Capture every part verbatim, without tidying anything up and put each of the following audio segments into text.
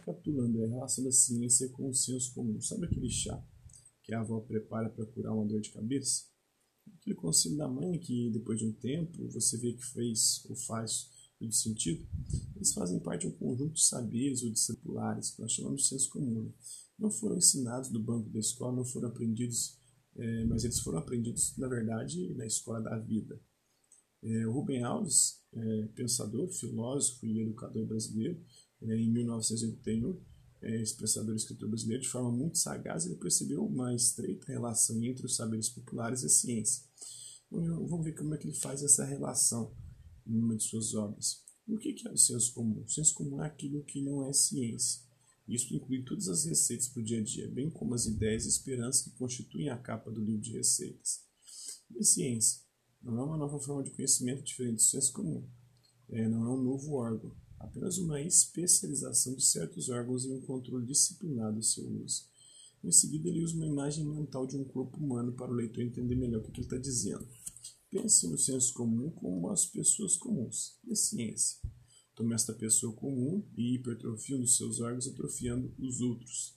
recapitulando, é a relação da ciência com o senso comum. Sabe aquele chá que a avó prepara para curar uma dor de cabeça? Aquele conselho da mãe que, depois de um tempo, você vê que fez ou faz todo sentido? Eles fazem parte de um conjunto de saberes ou discipulares que nós chamamos de senso comum. Não foram ensinados do banco da escola, não foram aprendidos, é, mas eles foram aprendidos, na verdade, na escola da vida. É, o Rubem Alves, é, pensador, filósofo e educador brasileiro, é, em mil novecentos e oitenta e um, é, esse pensador e escritor brasileiro, de forma muito sagaz, ele percebeu uma estreita relação entre os saberes populares e a ciência. Então, vamos ver como é que ele faz essa relação em uma de suas obras. O que é o senso comum? O senso comum é aquilo que não é ciência. Isso inclui todas as receitas para o dia a dia, bem como as ideias e esperanças que constituem a capa do livro de receitas. E a ciência? Não é uma nova forma de conhecimento diferente do senso comum. É, não é um novo órgão, apenas uma especialização de certos órgãos em um controle disciplinado do seu uso. Em seguida, ele usa uma imagem mental de um corpo humano para o leitor entender melhor o que ele está dizendo. Pense no senso comum como as pessoas comuns. E a ciência? Tome esta pessoa comum e hipertrofia um dos seus órgãos, atrofiando os outros.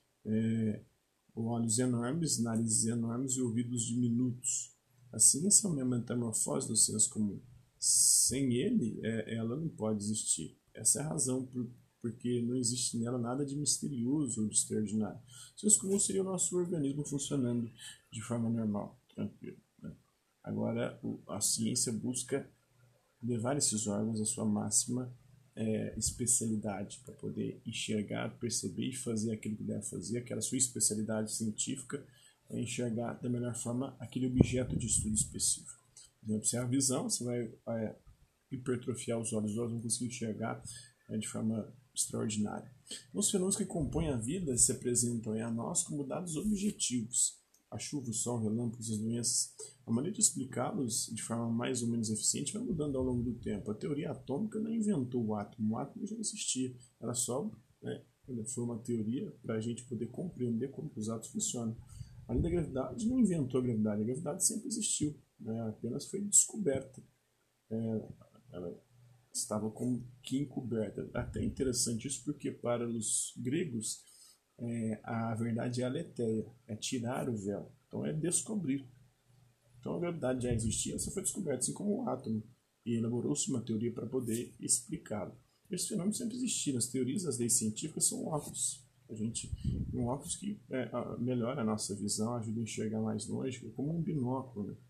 É, olhos enormes, narizes enormes e ouvidos diminutos. A ciência é uma metamorfose do senso comum. Sem ele, é, ela não pode existir. Essa é a razão por, porque não existe nela nada de misterioso ou de extraordinário. O senso comum seria o nosso organismo funcionando de forma normal, tranquilo. Né? Agora, o, a ciência busca levar esses órgãos à sua máxima é, especialidade para poder enxergar, perceber e fazer aquilo que deve fazer, aquela sua especialidade científica, é enxergar da melhor forma aquele objeto de estudo específico. Por exemplo, se é a visão, você vai é, hipertrofiar os olhos, os olhos vão conseguir enxergar é, de forma extraordinária. Os fenômenos que compõem a vida se apresentam a nós como dados objetivos. A chuva, o sol, relâmpagos, as doenças. A maneira de explicá-los de forma mais ou menos eficiente vai mudando ao longo do tempo. A teoria atômica não inventou o átomo, o átomo já existia. Ela só né, foi uma teoria para a gente poder compreender como os átomos funcionam. A lei da gravidade não inventou a gravidade, a gravidade sempre existiu, né? Apenas foi descoberta. É, ela estava como que encoberta. Até interessante isso porque para os gregos é, a verdade é a aletheia, é tirar o véu, então é descobrir. Então a gravidade já existia, só foi descoberta, assim como o átomo, e elaborou-se uma teoria para poder explicá-lo. Esses fenômenos sempre existiram, as teorias das leis científicas são óculos. A gente, um óculos que é, melhora a nossa visão, ajuda a enxergar mais longe, como um binóculo, né?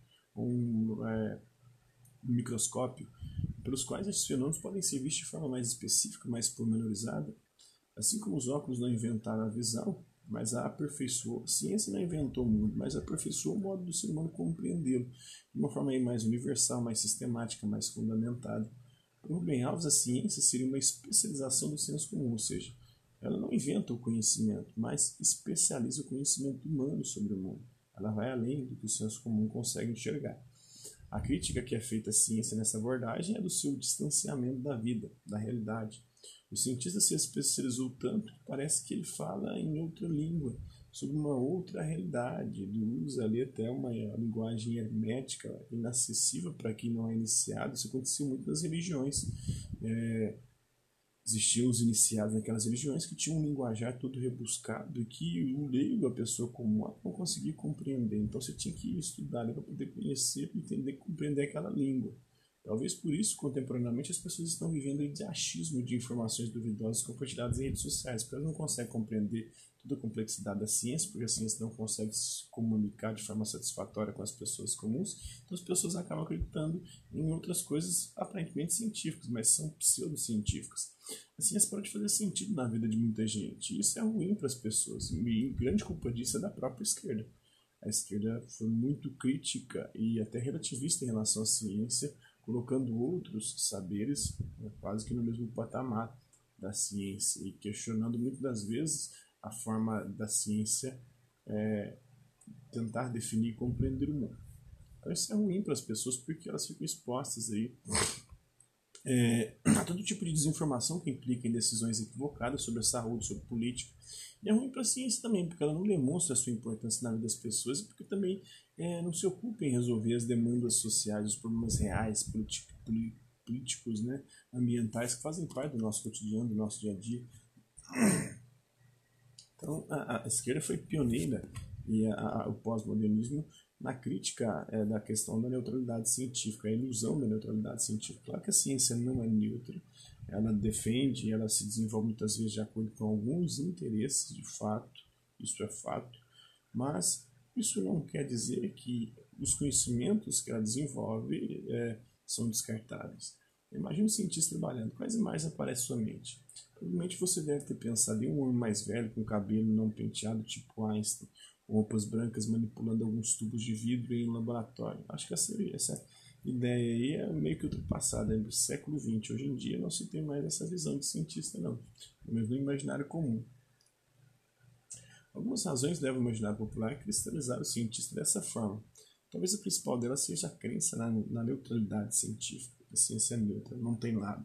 um, é, um microscópio, pelos quais esses fenômenos podem ser vistos de forma mais específica, mais pormenorizada. Assim como os óculos não inventaram a visão, mas a aperfeiçoou. A ciência não inventou o mundo, mas aperfeiçoou o modo do ser humano compreendê-lo de uma forma aí mais universal, mais sistemática, mais fundamentada. Para Rubem Alves, a ciência seria uma especialização do senso comum, ou seja, ela não inventa o conhecimento, mas especializa o conhecimento humano sobre o mundo. Ela vai além do que o senso comum consegue enxergar. A crítica que é feita à ciência nessa abordagem é do seu distanciamento da vida, da realidade. O cientista se especializou tanto que parece que ele fala em outra língua, sobre uma outra realidade. Ele usa ali até uma linguagem hermética, inacessível para quem não é iniciado. Isso acontecia muito nas religiões. É, existiam os iniciados naquelas religiões que tinham um linguajar todo rebuscado e que o leigo, a pessoa comum, não conseguia compreender. Então você tinha que estudar para poder conhecer, entender e compreender aquela língua. Talvez por isso, contemporaneamente, as pessoas estão vivendo de achismo de informações duvidosas compartilhadas em redes sociais, porque elas não conseguem compreender toda a complexidade da ciência, porque a ciência não consegue se comunicar de forma satisfatória com as pessoas comuns, então as pessoas acabam acreditando em outras coisas aparentemente científicas, mas são pseudocientíficas. A ciência pode fazer sentido na vida de muita gente, e isso é ruim para as pessoas, e grande culpa disso é da própria esquerda. A esquerda foi muito crítica e até relativista em relação à ciência, colocando outros saberes né, quase que no mesmo patamar da ciência e questionando muitas das vezes a forma da ciência é, tentar definir e compreender o mundo. Então isso é ruim para as pessoas porque elas ficam expostas aí, é, a todo tipo de desinformação que implica em decisões equivocadas sobre a saúde, sobre política. E é ruim para a ciência também, porque ela não demonstra a sua importância na vida das pessoas e porque também é, não se ocupa em resolver as demandas sociais, os problemas reais, políticos, né, ambientais, que fazem parte do nosso cotidiano, do nosso dia a dia. Então, a, a esquerda foi pioneira e a, a, o pós-modernismo na crítica é, da questão da neutralidade científica, a ilusão da neutralidade científica. Claro que a ciência não é neutra, ela defende, ela se desenvolve muitas vezes de acordo com alguns interesses, de fato, isso é fato, mas isso não quer dizer que os conhecimentos que ela desenvolve é, são descartáveis. Imagina um cientista trabalhando, quais imagens aparecem na sua mente? Provavelmente você deve ter pensado em um homem mais velho, com cabelo não penteado, tipo Einstein, roupas brancas manipulando alguns tubos de vidro em um laboratório. Acho que essa, essa ideia aí é meio que ultrapassada, é do século vinte. Hoje em dia não se tem mais essa visão de cientista, não. Pelo menos no imaginário comum. Algumas razões levam o imaginário popular a cristalizar o cientista dessa forma. Talvez a principal delas seja a crença na, na neutralidade científica. A ciência é neutra, não tem nada.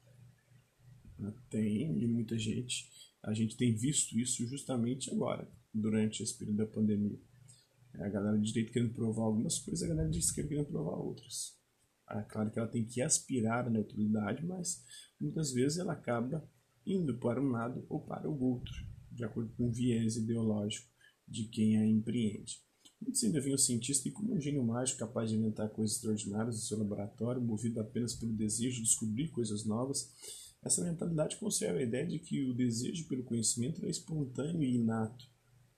Tem, e muita gente, a gente tem visto isso justamente agora, durante esse período da pandemia. A galera de direita querendo provar algumas coisas, a galera de esquerda querendo provar outras. É claro que ela tem que aspirar à neutralidade, mas muitas vezes ela acaba indo para um lado ou para o outro, de acordo com o viés ideológico de quem a empreende. Muitos ainda veem o cientista como um gênio mágico capaz de inventar coisas extraordinárias no seu laboratório, movido apenas pelo desejo de descobrir coisas novas. Essa mentalidade conserva a ideia de que o desejo pelo conhecimento é espontâneo e inato,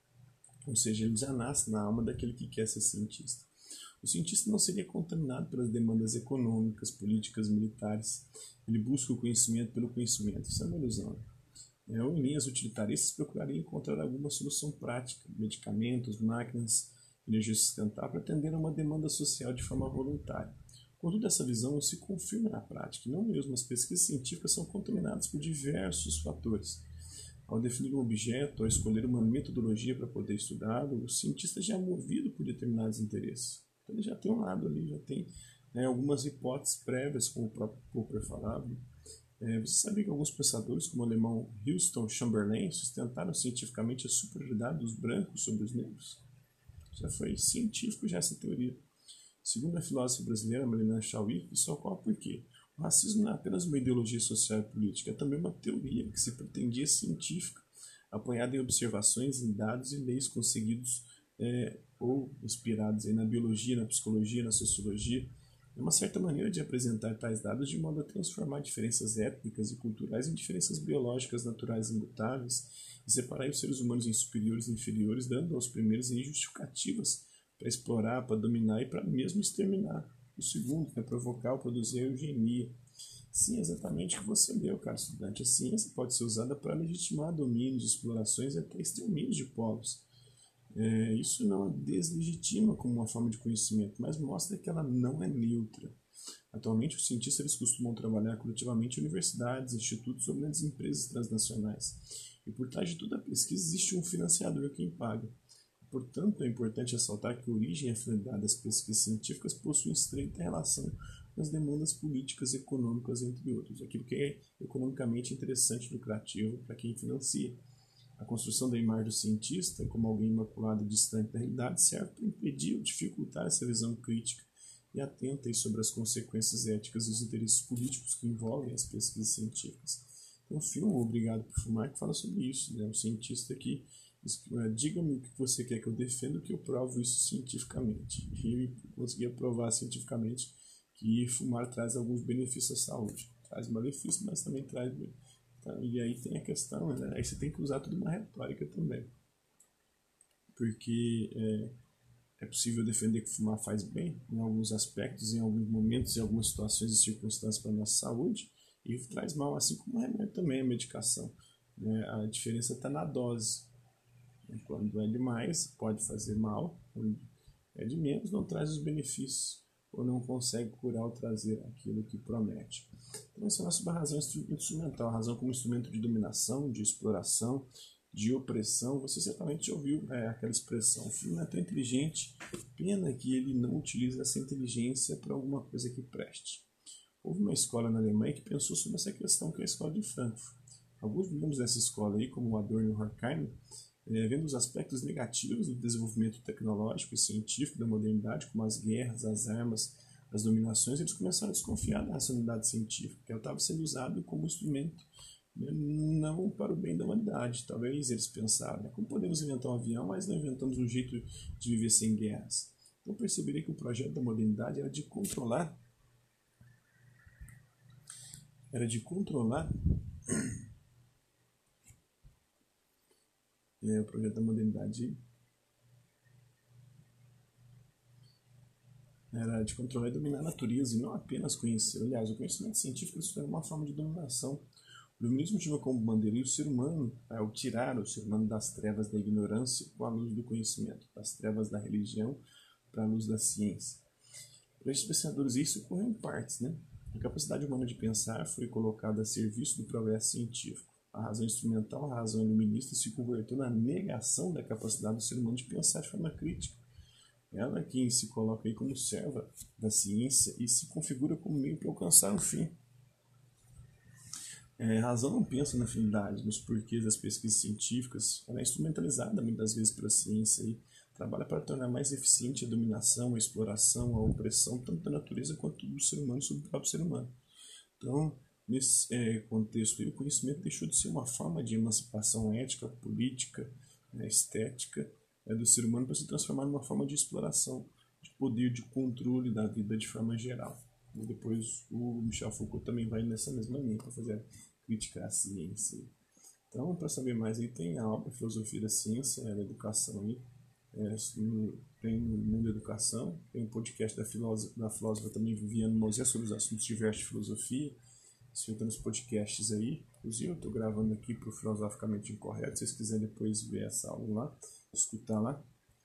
ou seja, ele já nasce na alma daquele que quer ser cientista. O cientista não seria contaminado pelas demandas econômicas, políticas, militares. Ele busca o conhecimento pelo conhecimento. Isso é uma ilusão. É, ou em linhas utilitaristas procurariam encontrar alguma solução prática, medicamentos, máquinas, energia sustentável, para atender a uma demanda social de forma voluntária. Contudo, essa visão se confirma na prática, e não mesmo as pesquisas científicas são contaminadas por diversos fatores. Ao definir um objeto, ao escolher uma metodologia para poder estudá-lo, o cientista já é movido por determinados interesses. Então ele já tem um lado ali, já tem né, algumas hipóteses prévias, como o próprio Popper falava. É, você sabia que alguns pensadores, como o alemão Houston Chamberlain, sustentaram cientificamente a superioridade dos brancos sobre os negros? Já foi científico já essa teoria. Segundo a filósofa brasileira Marina Chauí, isso ocorre por quê? O racismo não é apenas uma ideologia social e política, é também uma teoria que se pretendia científica, apoiada em observações, em dados e leis conseguidos é, ou inspirados aí na biologia, na psicologia, na sociologia. É uma certa maneira de apresentar tais dados de modo a transformar diferenças étnicas e culturais em diferenças biológicas naturais imutáveis e separar os seres humanos em superiores e inferiores, dando aos primeiros justificativas para explorar, para dominar e para mesmo exterminar. O segundo é provocar ou produzir a eugenia. Sim, exatamente o que você leu, cara estudante. A ciência pode ser usada para legitimar domínios, explorações e até extermínios de povos. É, isso não a deslegitima como uma forma de conhecimento, mas mostra que ela não é neutra. Atualmente, os cientistas eles costumam trabalhar coletivamente em universidades, institutos ou grandes empresas transnacionais. E por trás de toda a pesquisa existe um financiador quem paga. Portanto, é importante ressaltar que a origem e a finalidade das pesquisas científicas possuem estreita relação com as demandas políticas e econômicas, entre outros, aquilo que é economicamente interessante e lucrativo para quem financia. A construção da imagem do cientista, como alguém imaculado e distante da realidade, serve para impedir ou dificultar essa visão crítica e atenta sobre as consequências éticas e os interesses políticos que envolvem as pesquisas científicas. Tem um filme, Obrigado por Fumar, que fala sobre isso. Né? Um cientista que diga-me o que você quer que eu defenda, que eu provo isso cientificamente. E ele conseguia provar cientificamente que fumar traz alguns benefícios à saúde. Traz malefícios, mas também traz... Então, e aí tem a questão, né? Aí você tem que usar toda uma retórica também. Porque é, é possível defender que fumar faz bem em alguns aspectos, em alguns momentos, em algumas situações e circunstâncias para a nossa saúde, e traz mal, assim como o remédio também, a medicação. Né? A diferença está na dose. Quando é demais, pode fazer mal. Quando é de menos, não traz os benefícios ou não consegue curar ou trazer aquilo que promete. Então, essa é a nossa razão instrumental, a razão como instrumento de dominação, de exploração, de opressão. Você certamente ouviu é, aquela expressão, o filho não é tão inteligente, pena que ele não utiliza essa inteligência para alguma coisa que preste. Houve uma escola na Alemanha que pensou sobre essa questão, que é a escola de Frankfurt. Alguns membros dessa escola, aí, como o Adorno e o Horkheimer, É, vendo os aspectos negativos do desenvolvimento tecnológico e científico da modernidade, como as guerras, as armas, as dominações, eles começaram a desconfiar da racionalidade científica, que ela estava sendo usada como instrumento né, não para o bem da humanidade. Talvez eles pensaram, né, como podemos inventar um avião, mas não inventamos um jeito de viver sem guerras. Então perceberia que o projeto da modernidade era de controlar, era de controlar é, o projeto da modernidade era de controlar e dominar a natureza e não apenas conhecer. Aliás, o conhecimento científico se tornou uma forma de dominação. O iluminismo tinha como bandeira o ser humano, ao tirar o ser humano das trevas da ignorância com a luz do conhecimento, das trevas da religião para a luz da ciência. Para esses pensadores, isso ocorreu em partes, né? A capacidade humana de pensar foi colocada a serviço do progresso científico. A razão instrumental, a razão iluminista, se converteu na negação da capacidade do ser humano de pensar de forma crítica. Ela é quem se coloca aí como serva da ciência e se configura como meio para alcançar o fim. É, a razão não pensa na finalidade, nos porquês das pesquisas científicas. Ela é instrumentalizada muitas vezes pela ciência e trabalha para tornar mais eficiente a dominação, a exploração, a opressão, tanto da natureza quanto do ser humano sobre o próprio ser humano. Então, nesse é, contexto, aí, o conhecimento deixou de ser uma forma de emancipação ética, política, né, estética é, do ser humano para se transformar numa forma de exploração, de poder, de controle da vida de forma geral. E depois o Michel Foucault também vai nessa mesma linha para fazer a crítica à ciência. Então, para saber mais, aí tem a obra Filosofia da Ciência, né, da Educação, aí, é, no, tem no Mundo da Educação, tem o podcast da filósofa, da filósofa também Viviane Moisés sobre os assuntos diversos de filosofia, escutando os podcasts aí. Inclusive, eu estou gravando aqui para o Filosoficamente Incorreto, se vocês quiserem depois ver essa aula lá, escutar lá.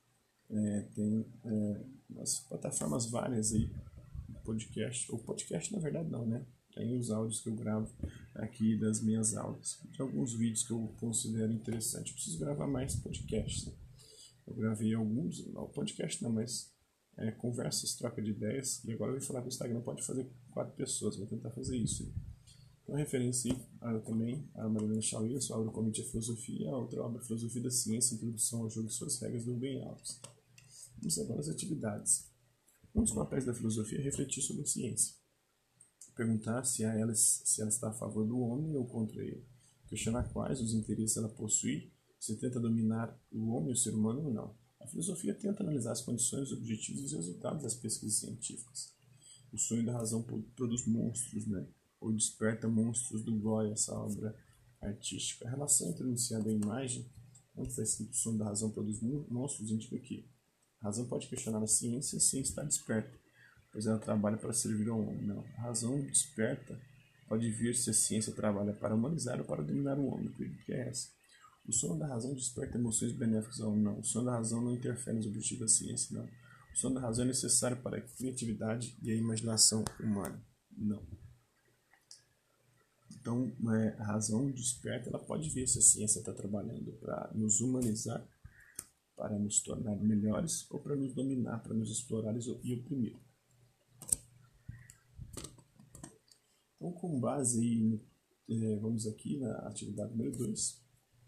É, tem é, umas plataformas várias aí, podcast, ou podcast na verdade não, né? Tem os áudios que eu gravo aqui das minhas aulas. Tem alguns vídeos que eu considero interessante. Eu preciso gravar mais podcasts, né? Eu gravei alguns, não podcast não, mas é, conversas, troca de ideias. E agora eu vou falar que o Instagram pode fazer quatro pessoas, vou tentar fazer isso. Né? Então, referência aí também a Mariana Chauí, a sua obra Comitê Filosofia, a outra obra Filosofia da Ciência, Introdução ao Jogo e Suas Regras, do Rubem Alves. Vamos agora às atividades. Um dos papéis da filosofia é refletir sobre a ciência. Perguntar se ela, se ela está a favor do homem ou contra ele. Questionar quais os interesses ela possui, se tenta dominar o homem e o ser humano ou não. A filosofia tenta analisar as condições, os objetivos e os resultados das pesquisas científicas. O sonho da razão produz monstros, né? Ou desperta monstros do Goya, essa obra artística. A relação entre o enunciado e a imagem, onde está escrito o sonho da razão produz monstros, indica que a razão pode questionar a ciência sem estar desperta, pois ela trabalha para servir ao homem. Não. A razão desperta pode vir se a ciência trabalha para humanizar ou para dominar o homem, que é essa. O sono da razão desperta emoções benéficas ao homem, não. O sono da razão não interfere nos objetivos da ciência, não. O sono da razão é necessário para a criatividade e a imaginação humana, não. Então, é, a razão desperta, ela pode ver se a ciência está trabalhando para nos humanizar, para nos tornar melhores ou para nos dominar, para nos explorar e oprimir. Então, com base aí, é, vamos aqui na atividade número dois.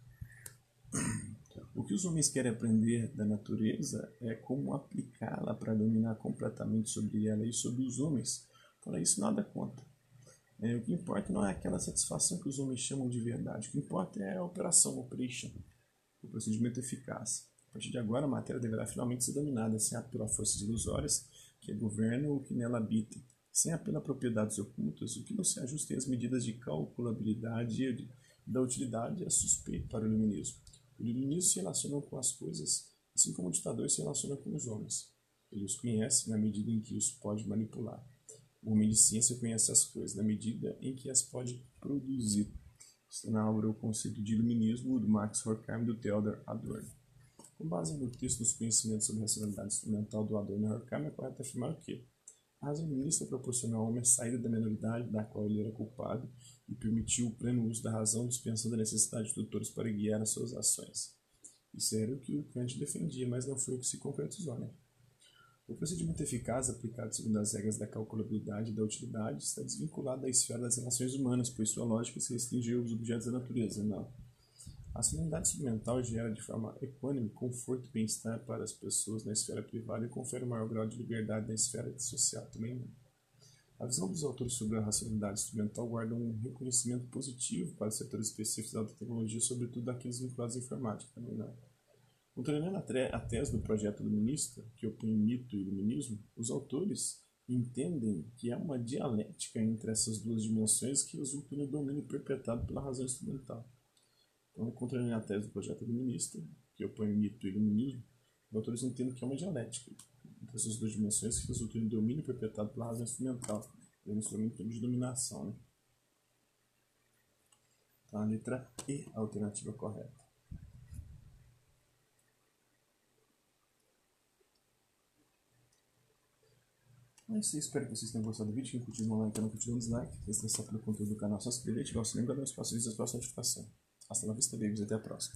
O que os homens querem aprender da natureza é como aplicá-la para dominar completamente sobre ela e sobre os homens. Para isso, nada conta. É, o que importa não é aquela satisfação que os homens chamam de verdade. O que importa é a operação, operation, o procedimento eficaz. A partir de agora, a matéria deverá finalmente ser dominada, sem apelo a forças ilusórias que governam o que nela habita, sem apelo a propriedades ocultas, o que não se ajusta às medidas de calculabilidade e da utilidade é suspeito para o iluminismo. O iluminismo se relaciona com as coisas, assim como o ditador se relaciona com os homens. Ele os conhece na medida em que os pode manipular. O homem de ciência conhece as coisas na medida em que as pode produzir. Está na obra O Conceito de Iluminismo, do Max Horkheim e do Theodor Adorno. Com base no texto dos conhecimentos sobre a racionalidade instrumental do Adorno e Horkheim, é correto afirmar o quê? A razão iluminista proporcionou ao homem a saída da minoridade da qual ele era culpado e permitiu o pleno uso da razão, dispensando a necessidade de tutores para guiar as suas ações. Isso era o que o Kant defendia, mas não foi o que se concretizou, né? O procedimento eficaz, aplicado segundo as regras da calculabilidade e da utilidade, está desvinculado da esfera das relações humanas, pois sua lógica se restringiu aos objetos da natureza. Não. A racionalidade instrumental gera de forma equânime conforto e bem-estar para as pessoas na esfera privada e confere um maior grau de liberdade na esfera social também. Não. A visão dos autores sobre a racionalidade instrumental guarda um reconhecimento positivo para setores específicos da alta tecnologia, sobretudo daqueles vinculados à informática. Também, né? Contrariando a tese do projeto iluminista, que opõe mito e iluminismo, os autores entendem que há uma dialética entre essas duas dimensões que resulta no domínio perpetrado pela razão instrumental. Então, contrariando a tese do projeto iluminista, que opõe mito e iluminismo, os autores entendem que há uma dialética entre essas duas dimensões que resultam no domínio perpetrado pela razão instrumental, é um instrumento de dominação. Né? Então, a letra E, a alternativa correta. É isso aí, espero que vocês tenham gostado do vídeo. Quem curtiu, não like, não curtiu, um dislike. Se interessaram pelo conteúdo do canal, só se inscrever, ativar o sininho para dar os próximos vídeos e as próximas notificações. Hasta la vista, babies, até a próxima.